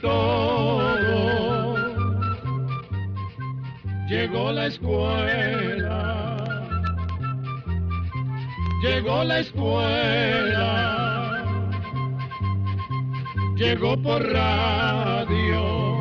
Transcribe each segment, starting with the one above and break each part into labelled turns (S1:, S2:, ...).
S1: todo. Llegó la escuela, llegó la escuela, llegó por radio.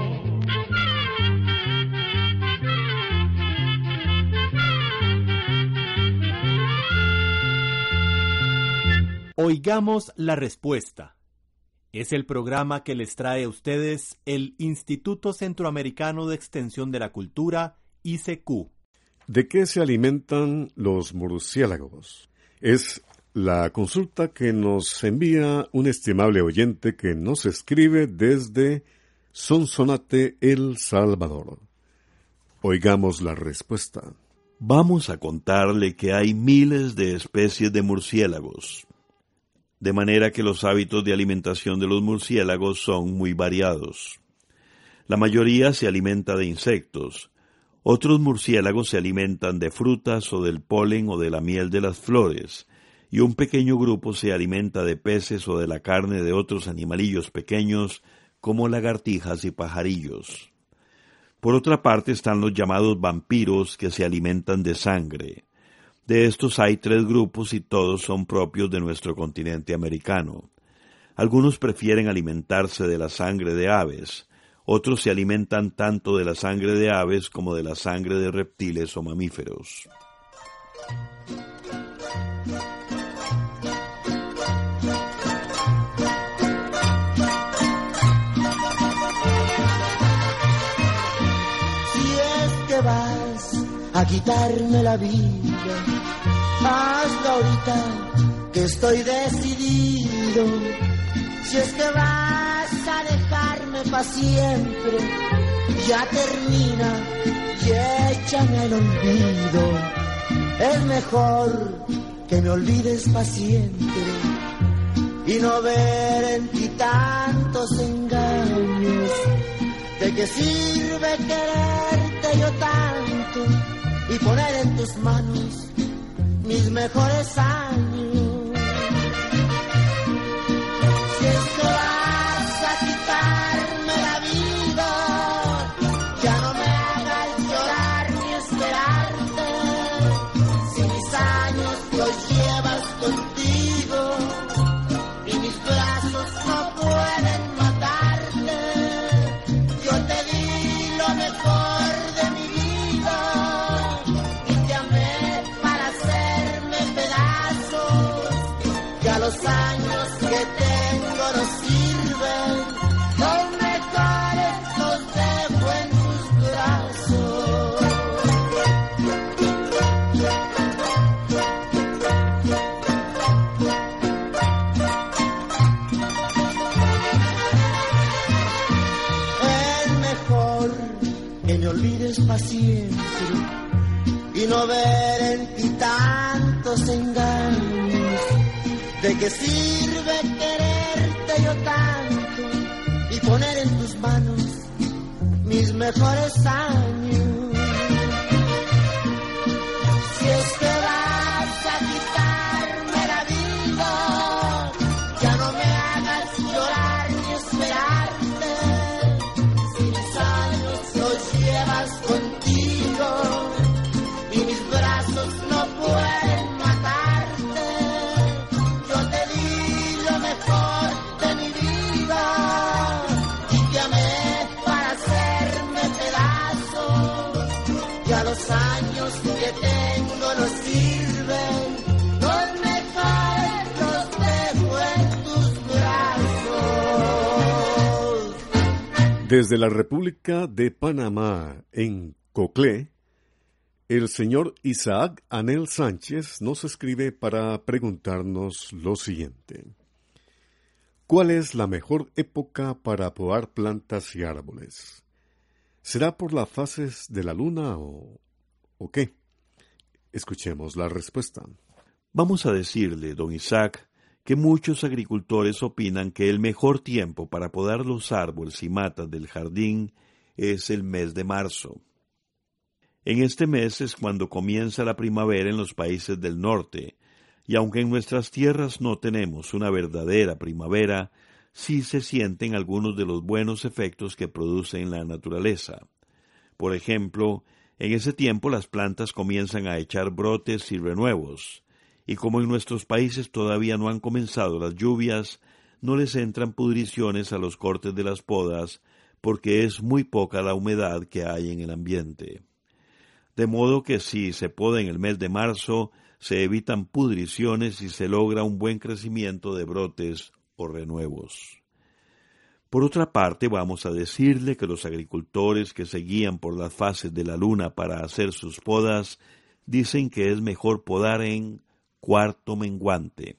S2: Oigamos la respuesta. Es el programa que les trae a ustedes el Instituto Centroamericano de Extensión de la Cultura, ICQ.
S3: ¿De qué se alimentan los murciélagos? Es la consulta que nos envía un estimable oyente que nos escribe desde Sonsonate, El Salvador. Oigamos la respuesta.
S4: Vamos a contarle que hay miles de especies de murciélagos, de manera que los hábitos de alimentación de los murciélagos son muy variados. La mayoría se alimenta de insectos. Otros murciélagos se alimentan de frutas o del polen o de la miel de las flores, y un pequeño grupo se alimenta de peces o de la carne de otros animalillos pequeños como lagartijas y pajarillos. Por otra parte están los llamados vampiros que se alimentan de sangre. De estos hay 3 grupos y todos son propios de nuestro continente americano. Algunos prefieren alimentarse de la sangre de aves, otros se alimentan tanto de la sangre de aves como de la sangre de reptiles o mamíferos.
S5: Si es que vas a quitarme la vida, hazlo ahorita que estoy decidido. Si es que vas a dejarme pa' siempre, ya termina y échame el olvido. Es mejor que me olvides pa' siempre y no ver en ti tantos engaños. ¿De qué sirve quererte yo tanto y poner en tus manos mis mejores años? Si es que vas a quitarme la vida, ya no me hagas llorar ni esperarte. Si mis años los llevas contigo y mis brazos no pueden matarte, yo te di lo mejor de mi vida y te amé para hacerme pedazos. Ya los años que tengo no sirven, los mejores los dejo en tus brazos. Es mejor que me olvides pa' siempre y no ver en ti tantos engaños. ¿De qué sirve quererte yo tanto y poner en tus manos mis mejores años? Si es que vas a quitarme la vida, ya no me hagas llorar ni esperarte. Si mis años los llevas contigo y mis brazos no pueden matarte, yo te di lo mejor de mi vida y te amé para hacerme pedazos. Ya los años que tengo no sirven, los mejores los dejo en tus brazos.
S3: Desde la República de Panamá, en Coclé, el señor Isaac Anel Sánchez nos escribe para preguntarnos lo siguiente. ¿Cuál es la mejor época para podar plantas y árboles? ¿Será por las fases de la luna o qué? Escuchemos la respuesta.
S4: Vamos a decirle, don Isaac, que muchos agricultores opinan que el mejor tiempo para podar los árboles y matas del jardín es el mes de marzo. En este mes es cuando comienza la primavera en los países del norte, y aunque en nuestras tierras no tenemos una verdadera primavera, si se sienten algunos de los buenos efectos que produce en la naturaleza. Por ejemplo, en ese tiempo las plantas comienzan a echar brotes y renuevos, y como en nuestros países todavía no han comenzado las lluvias, no les entran pudriciones a los cortes de las podas, porque es muy poca la humedad que hay en el ambiente. De modo que si se poda en el mes de marzo, se evitan pudriciones y se logra un buen crecimiento de brotes o renuevos. Por otra parte, vamos a decirle que los agricultores que se guían por las fases de la luna para hacer sus podas, dicen que es mejor podar en cuarto menguante.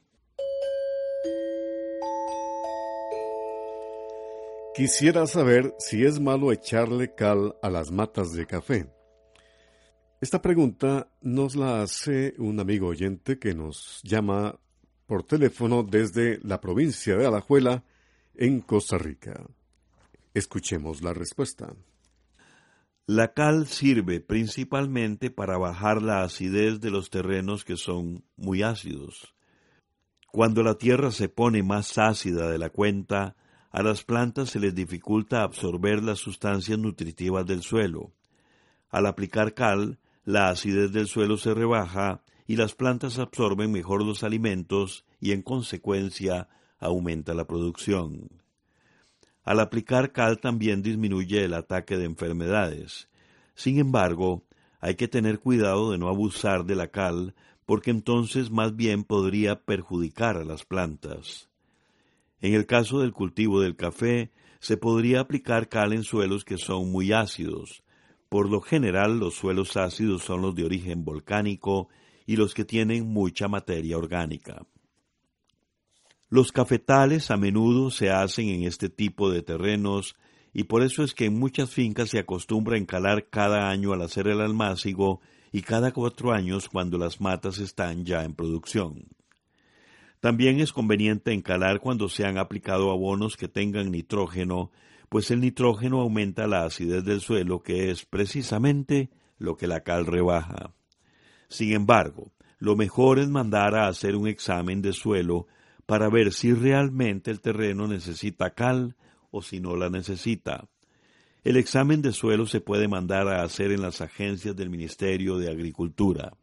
S3: Quisiera saber si es malo echarle cal a las matas de café. Esta pregunta nos la hace un amigo oyente que nos llama por teléfono desde la provincia de Alajuela, en Costa Rica. Escuchemos la respuesta.
S4: La cal sirve principalmente para bajar la acidez de los terrenos que son muy ácidos. Cuando la tierra se pone más ácida de la cuenta, a las plantas se les dificulta absorber las sustancias nutritivas del suelo. Al aplicar cal, la acidez del suelo se rebaja y las plantas absorben mejor los alimentos y en consecuencia aumenta la producción. Al aplicar cal también disminuye el ataque de enfermedades. Sin embargo, hay que tener cuidado de no abusar de la cal, porque entonces más bien podría perjudicar a las plantas. En el caso del cultivo del café, se podría aplicar cal en suelos que son muy ácidos. Por lo general, los suelos ácidos son los de origen volcánico y los que tienen mucha materia orgánica. Los cafetales a menudo se hacen en este tipo de terrenos y por eso es que en muchas fincas se acostumbra encalar cada año al hacer el almácigo y cada 4 años cuando las matas están ya en producción. También es conveniente encalar cuando se han aplicado abonos que tengan nitrógeno, pues el nitrógeno aumenta la acidez del suelo, que es precisamente lo que la cal rebaja. Sin embargo, lo mejor es mandar a hacer un examen de suelo para ver si realmente el terreno necesita cal o si no la necesita. El examen de suelo se puede mandar a hacer en las agencias del Ministerio de Agricultura.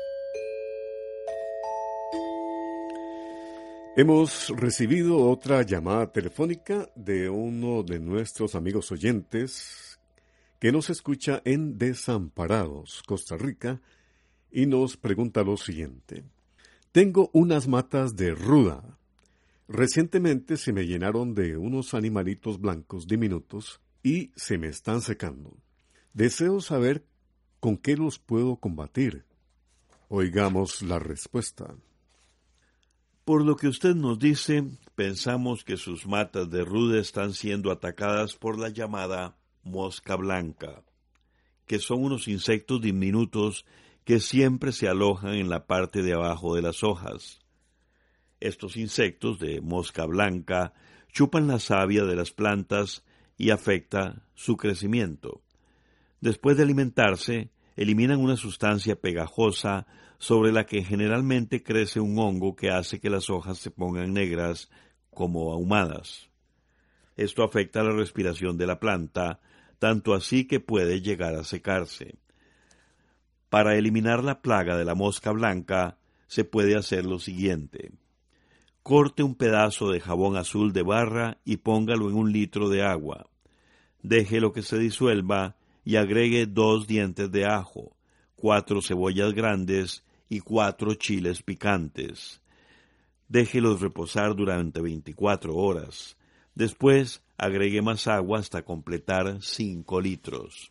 S3: Hemos recibido otra llamada telefónica de uno de nuestros amigos oyentes que nos escucha en Desamparados, Costa Rica, y nos pregunta lo siguiente. Tengo unas matas de ruda. Recientemente se me llenaron de unos animalitos blancos diminutos y se me están secando. Deseo saber con qué los puedo combatir. Oigamos la respuesta.
S4: Por lo que usted nos dice, pensamos que sus matas de ruda están siendo atacadas por la llamada mosca blanca, que son unos insectos diminutos que siempre se alojan en la parte de abajo de las hojas. Estos insectos de mosca blanca chupan la savia de las plantas y afecta su crecimiento. Después de alimentarse, eliminan una sustancia pegajosa sobre la que generalmente crece un hongo que hace que las hojas se pongan negras como ahumadas. Esto afecta la respiración de la planta, tanto así que puede llegar a secarse. Para eliminar la plaga de la mosca blanca, se puede hacer lo siguiente. Corte un pedazo de jabón azul de barra y póngalo en 1 litro de agua. Déjelo que se disuelva y agregue 2 dientes de ajo, 4 cebollas grandes y 4 chiles picantes. Déjelos reposar durante 24 horas. Después agregue más agua hasta completar 5 litros.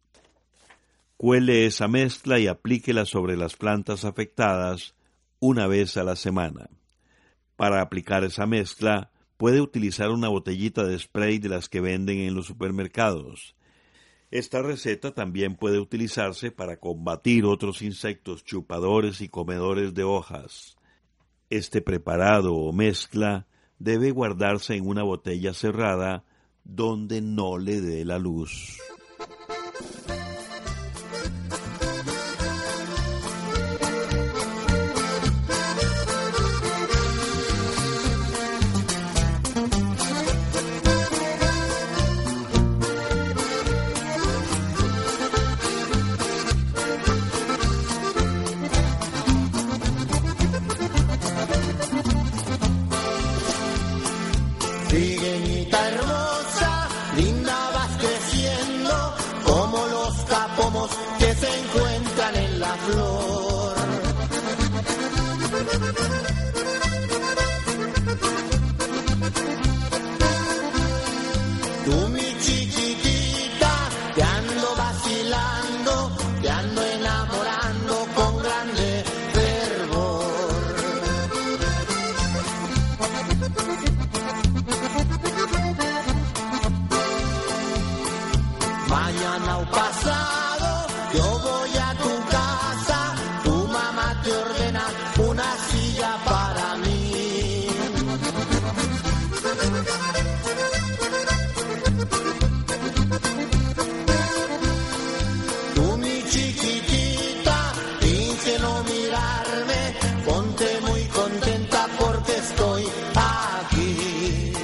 S4: Cuele esa mezcla y aplíquela sobre las plantas afectadas 1 vez a la semana. Para aplicar esa mezcla, puede utilizar una botellita de spray de las que venden en los supermercados. Esta receta también puede utilizarse para combatir otros insectos chupadores y comedores de hojas. Este preparado o mezcla debe guardarse en una botella cerrada donde no le dé la luz.
S5: te ando vacilando, te ando enamorando con grande fervor. Mañana o pasado yo voy a tu casa, tu mamá te ordena una silla para mí. Tú, mi chiquitita, finge no mirarme, ponte muy contenta porque estoy aquí.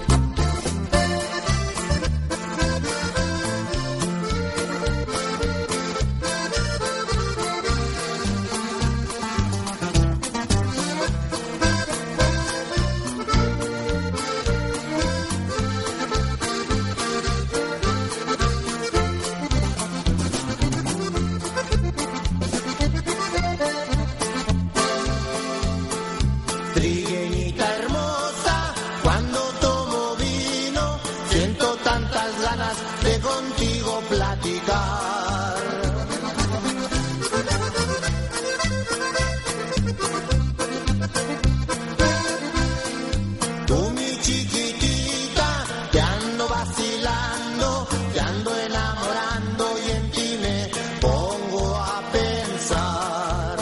S5: Trigueñita hermosa, cuando tomo vino, siento tantas ganas de contigo platicar. Tú, mi chiquitita, te ando vacilando, te ando enamorando y en ti me pongo a pensar.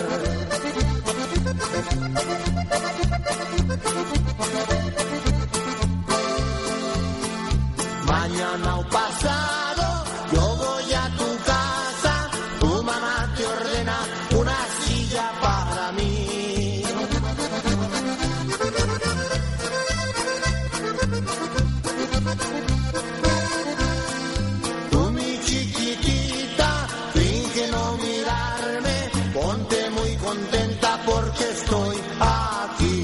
S5: Mañana o pasado yo voy a tu casa, tu mamá te ordena una silla para mí. Tú, mi chiquitita, finge no mirarme, ponte muy contenta porque estoy aquí.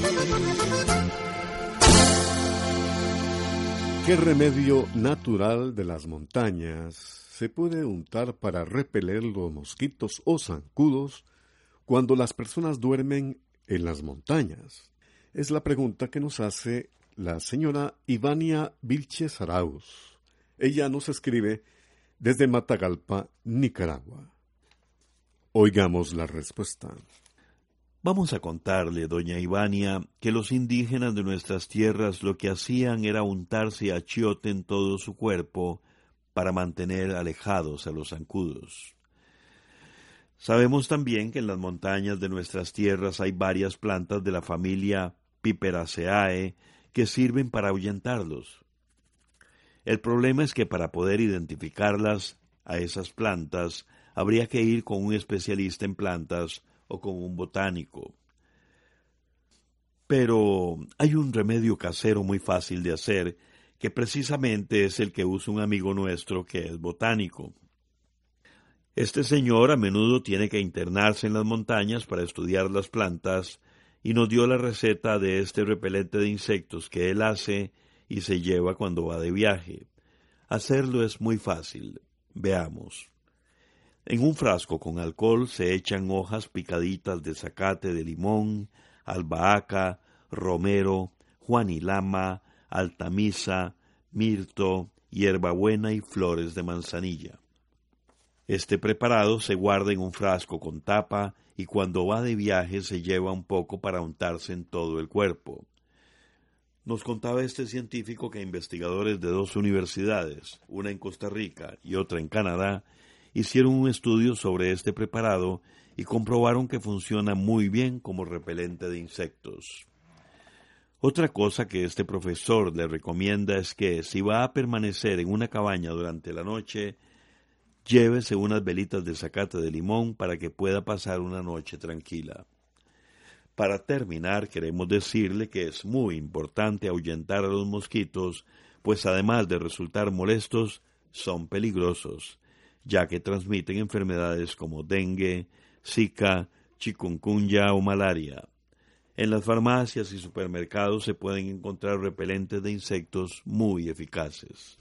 S3: ¿Qué remedio natural de las montañas se puede untar para repeler los mosquitos o zancudos cuando las personas duermen en las montañas? Es la pregunta que nos hace la señora Ivania Vilches Arauz. Ella nos escribe desde Matagalpa, Nicaragua. Oigamos la respuesta.
S4: Vamos a contarle, doña Ivania, que los indígenas de nuestras tierras lo que hacían era untarse achiote en todo su cuerpo para mantener alejados a los zancudos. Sabemos también que en las montañas de nuestras tierras hay varias plantas de la familia Piperaceae que sirven para ahuyentarlos. El problema es que para poder identificarlas a esas plantas habría que ir con un especialista en plantas o con un botánico. Pero hay un remedio casero muy fácil de hacer, que precisamente es el que usa un amigo nuestro que es botánico. Este señor a menudo tiene que internarse en las montañas para estudiar las plantas y nos dio la receta de este repelente de insectos que él hace y se lleva cuando va de viaje. Hacerlo es muy fácil. Veamos. En un frasco con alcohol se echan hojas picaditas de zacate de limón, albahaca, romero, juanilama, altamisa, mirto, hierbabuena y flores de manzanilla. Este preparado se guarda en un frasco con tapa y cuando va de viaje se lleva un poco para untarse en todo el cuerpo. Nos contaba este científico que investigadores de 2 universidades, una en Costa Rica y otra en Canadá, hicieron un estudio sobre este preparado y comprobaron que funciona muy bien como repelente de insectos. Otra cosa que este profesor le recomienda es que si va a permanecer en una cabaña durante la noche, llévese unas velitas de zacate de limón para que pueda pasar una noche tranquila. Para terminar, queremos decirle que es muy importante ahuyentar a los mosquitos, pues además de resultar molestos, son peligrosos, ya que transmiten enfermedades como dengue, zika, chikungunya o malaria. En las farmacias y supermercados se pueden encontrar repelentes de insectos muy eficaces.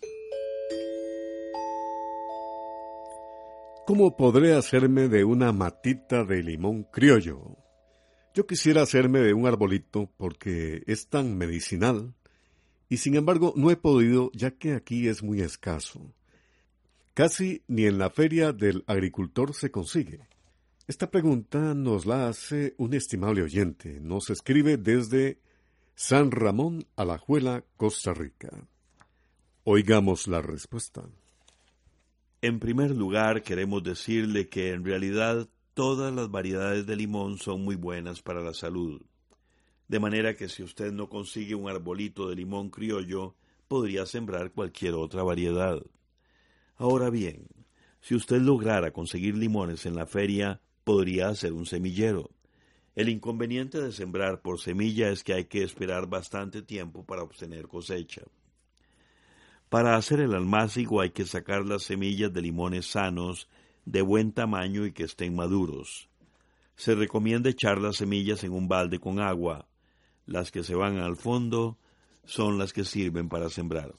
S3: ¿Cómo podré hacerme de una matita de limón criollo? Yo quisiera hacerme de un arbolito porque es tan medicinal y sin embargo no he podido ya que aquí es muy escaso. casi ni en la feria del agricultor se consigue. Esta pregunta nos la hace un estimable oyente. Nos escribe desde San Ramón, Alajuela, Costa Rica. Oigamos la respuesta.
S4: En primer lugar, queremos decirle que en realidad todas las variedades de limón son muy buenas para la salud. De manera que si usted no consigue un arbolito de limón criollo, podría sembrar cualquier otra variedad. Ahora bien, si usted lograra conseguir limones en la feria, podría hacer un semillero. El inconveniente de sembrar por semilla es que hay que esperar bastante tiempo para obtener cosecha. Para hacer el almácigo hay que sacar las semillas de limones sanos, de buen tamaño y que estén maduros. Se recomienda echar las semillas en un balde con agua. Las que se van al fondo son las que sirven para sembrar.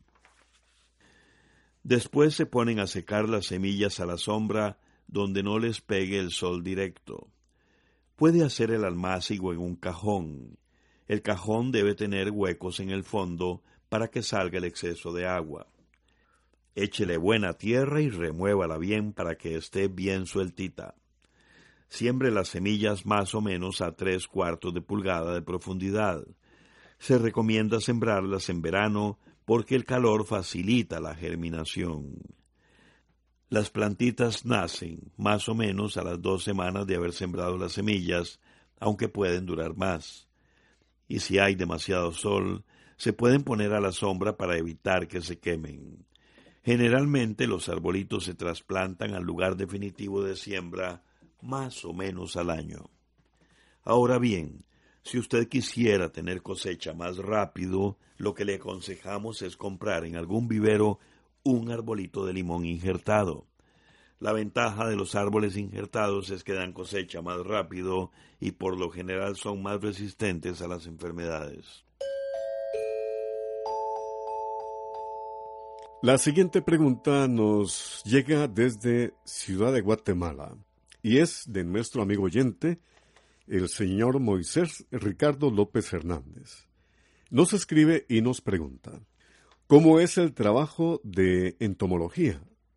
S4: Después se ponen a secar las semillas a la sombra donde no les pegue el sol directo. Puede hacer el almácigo en un cajón. El cajón debe tener huecos en el fondo para que salga el exceso de agua. Échele buena tierra y remuévala bien para que esté bien sueltita. Siembre las semillas más o menos a 3/4 de pulgada de profundidad. Se recomienda sembrarlas en verano porque el calor facilita la germinación. Las plantitas nacen más o menos a las 2 semanas de haber sembrado las semillas, aunque pueden durar más. Y si hay demasiado sol, se pueden poner a la sombra para evitar que se quemen. Generalmente los arbolitos se trasplantan al lugar definitivo de siembra más o menos al año. Ahora bien, si usted quisiera tener cosecha más rápido, lo que le aconsejamos es comprar en algún vivero un arbolito de limón injertado. La ventaja de los árboles injertados es que dan cosecha más rápido y por lo general son más resistentes a las enfermedades.
S3: La siguiente pregunta nos llega desde Ciudad de Guatemala y es de nuestro amigo oyente, el señor Moisés Ricardo López Hernández. Nos escribe y nos pregunta: ¿cómo es el trabajo de entomología?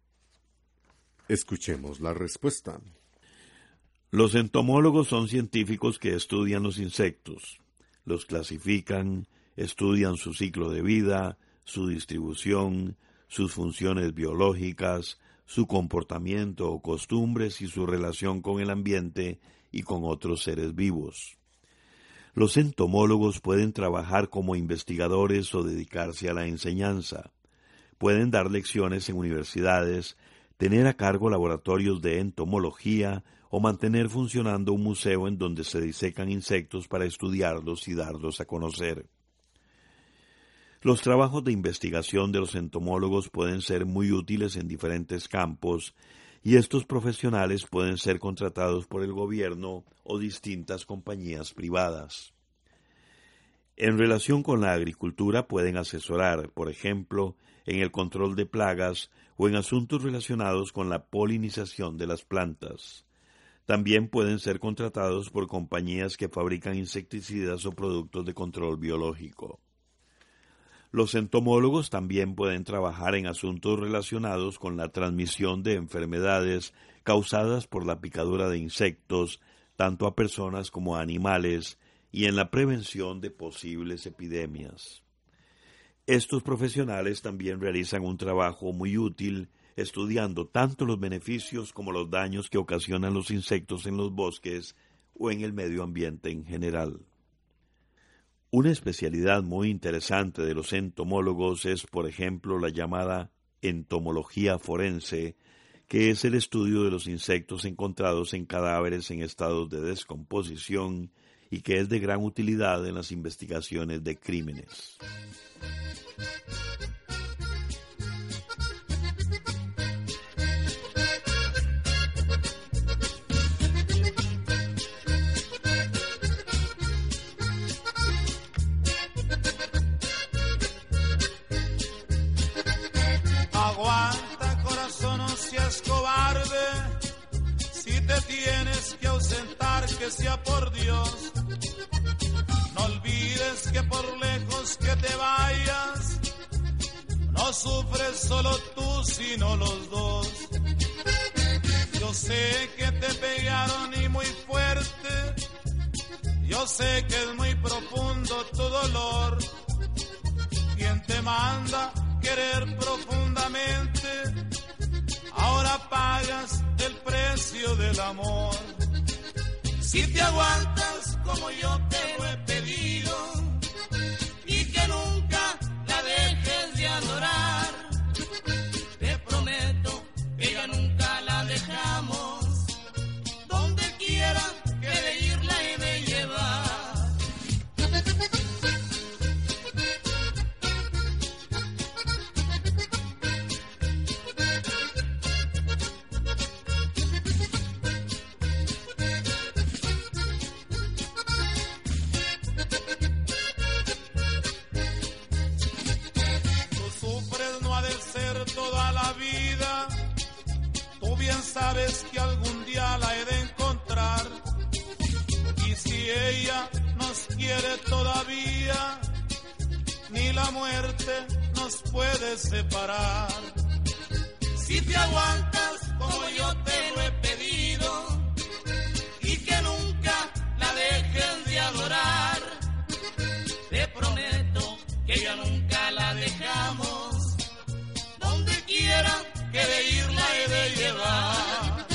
S3: Escuchemos la respuesta.
S4: Los entomólogos son científicos que estudian los insectos, los clasifican, estudian su ciclo de vida, su distribución, sus funciones biológicas, su comportamiento o costumbres y su relación con el ambiente y con otros seres vivos. Los entomólogos pueden trabajar como investigadores o dedicarse a la enseñanza. Pueden dar lecciones en universidades, tener a cargo laboratorios de entomología o mantener funcionando un museo en donde se disecan insectos para estudiarlos y darlos a conocer. Los trabajos de investigación de los entomólogos pueden ser muy útiles en diferentes campos y estos profesionales pueden ser contratados por el gobierno o distintas compañías privadas. En relación con la agricultura pueden asesorar, por ejemplo, en el control de plagas o en asuntos relacionados con la polinización de las plantas. También pueden ser contratados por compañías que fabrican insecticidas o productos de control biológico. Los entomólogos también pueden trabajar en asuntos relacionados con la transmisión de enfermedades causadas por la picadura de insectos, tanto a personas como a animales, y en la prevención de posibles epidemias. Estos profesionales también realizan un trabajo muy útil estudiando tanto los beneficios como los daños que ocasionan los insectos en los bosques o en el medio ambiente en general. Una especialidad muy interesante de los entomólogos es, por ejemplo, la llamada entomología forense, que es el estudio de los insectos encontrados en cadáveres en estados de descomposición y que es de gran utilidad en las investigaciones de crímenes.
S6: Aguanta, corazón, no seas cobarde. Si te tienes que ausentar, que sea por Dios. No olvides que por lejos que te vayas, no No sufres solo tú, sino los dos. Yo sé que te pegaron y muy fuerte. Yo sé que es muy profundo tu dolor. ¿Quién te manda querer profundamente? Ahora pagas el precio del amor. Si te aguantas como yo te lo he pedido y que nunca la dejes de adorar, te prometo que ya nunca la dejamos. Donde quiera que de irla y de llevar. Toda la vida, tú bien sabes que algún día la he de encontrar, y si ella nos quiere todavía, ni la muerte nos puede separar. Si te aguantas como yo te lo he pedido y que nunca la dejes de adorar, te prometo que ya nunca la dejamos. Que de irla he de llevar.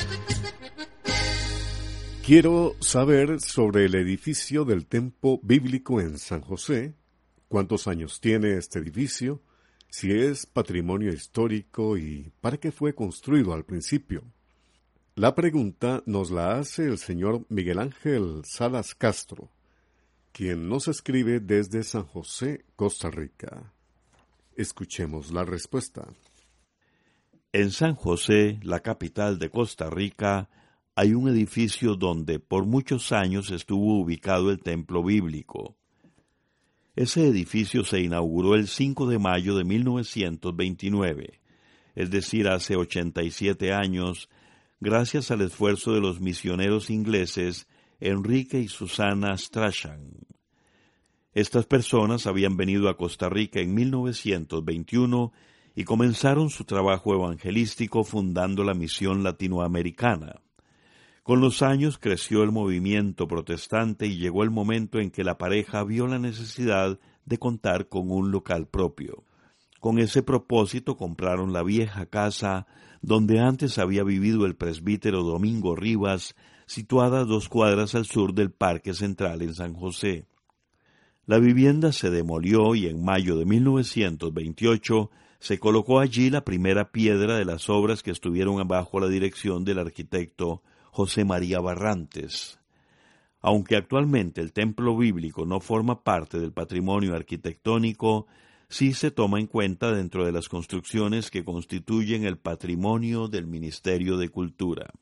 S3: Quiero saber sobre el edificio del Templo Bíblico en San José. ¿Cuántos años tiene este edificio? Si es patrimonio histórico y para qué fue construido al principio. La pregunta nos la hace el señor Miguel Ángel Salas Castro, quien nos escribe desde San José, Costa Rica. Escuchemos la respuesta.
S4: En San José, la capital de Costa Rica, hay un edificio donde por muchos años estuvo ubicado el templo bíblico. Ese edificio se inauguró el 5 de mayo de 1929, es decir, hace 87 años, gracias al esfuerzo de los misioneros ingleses Enrique y Susana Strachan. Estas personas habían venido a Costa Rica en 1921 y comenzaron su trabajo evangelístico fundando la misión latinoamericana. Con los años creció el movimiento protestante y llegó el momento en que la pareja vio la necesidad de contar con un local propio. Con ese propósito compraron la vieja casa donde antes había vivido el presbítero Domingo Rivas, situada a 2 cuadras al sur del Parque Central en San José. La vivienda se demolió y en mayo de 1928 se colocó allí la primera piedra de las obras que estuvieron bajo la dirección del arquitecto José María Barrantes. Aunque actualmente el templo bíblico no forma parte del patrimonio arquitectónico, sí se toma en cuenta dentro de las construcciones que constituyen el patrimonio del Ministerio de Cultura.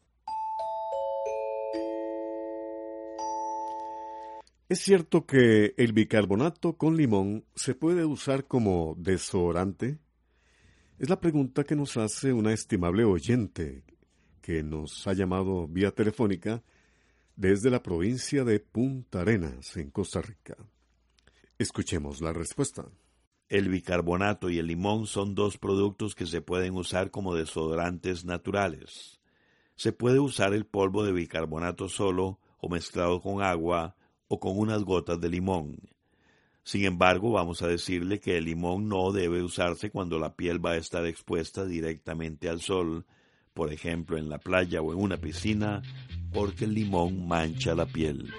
S3: ¿Es cierto que el bicarbonato con limón se puede usar como desodorante? Es la pregunta que nos hace una estimable oyente que nos ha llamado vía telefónica desde la provincia de Punta Arenas, en Costa Rica. Escuchemos la respuesta.
S4: El bicarbonato y el limón son 2 productos que se pueden usar como desodorantes naturales. Se puede usar el polvo de bicarbonato solo o mezclado con agua o con unas gotas de limón. Sin embargo, vamos a decirle que el limón no debe usarse cuando la piel va a estar expuesta directamente al sol, por ejemplo en la playa o en una piscina, porque el limón mancha la piel.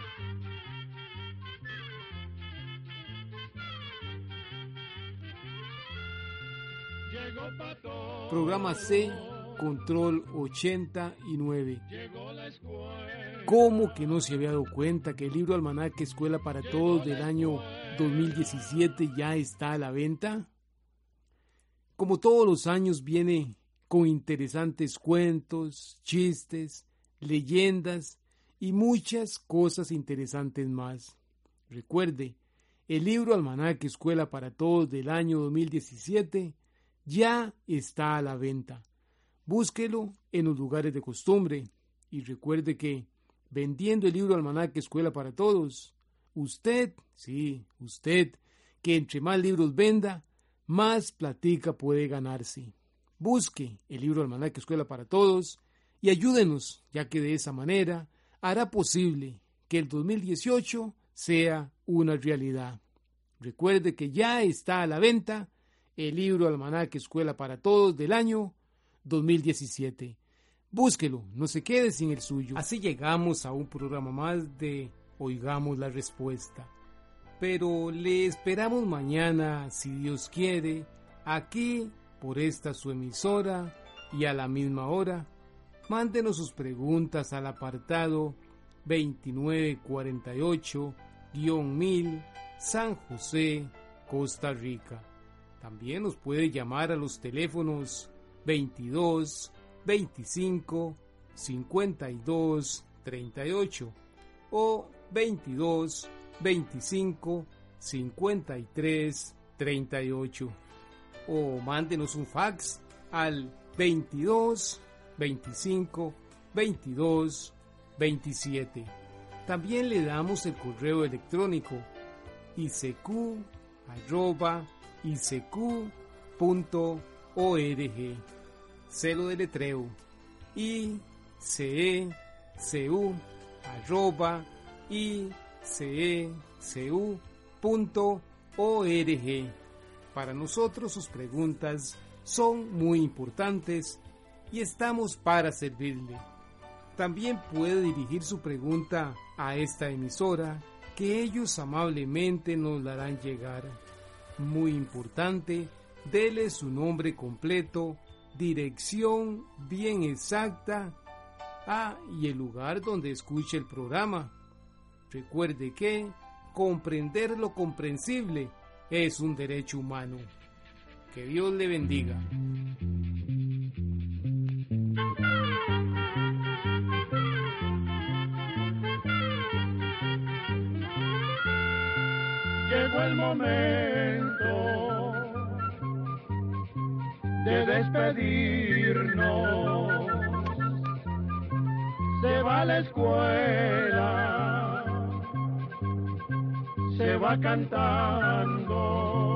S7: Programa C, Control 89. ¿Cómo que no se había dado cuenta que el libro Almanaque Escuela para Todos del año 2017 ya está a la venta? Como todos los años viene con interesantes cuentos, chistes, leyendas y muchas cosas interesantes más. Recuerde, el libro Almanaque Escuela para Todos del año 2017 ya está a la venta. Búsquelo en los lugares de costumbre y recuerde que vendiendo el libro Almanaque Escuela para Todos, usted, que entre más libros venda, más platica puede ganarse. Busque el libro Almanaque Escuela para Todos y ayúdenos, ya que de esa manera hará posible que el 2018 sea una realidad. Recuerde que ya está a la venta el libro Almanaque Escuela para Todos del año 2017. Búsquelo, no se quede sin el suyo. Así llegamos a un programa más de Oigamos la Respuesta. Pero le esperamos mañana, si Dios quiere, aquí por esta su emisora y a la misma hora. Mándenos sus preguntas al apartado 2948-1000 San José, Costa Rica. También nos puede llamar a los teléfonos 22 25 52 38 o 22 25 53 38 o mándenos un fax al 22 25 22 27. También le damos el correo electrónico icq@icq.org. Se lo deletreo: icecu@icecu.org. Para nosotros sus preguntas son muy importantes y estamos para servirle. También puede dirigir su pregunta a esta emisora, que ellos amablemente nos la harán llegar. Muy importante, dele su nombre completo, dirección bien exacta, y el lugar donde escuche el programa. Recuerde que comprender lo comprensible es un derecho humano. Que Dios le bendiga.
S1: Llegó el momento de despedirnos. Se va a la escuela, se va cantando.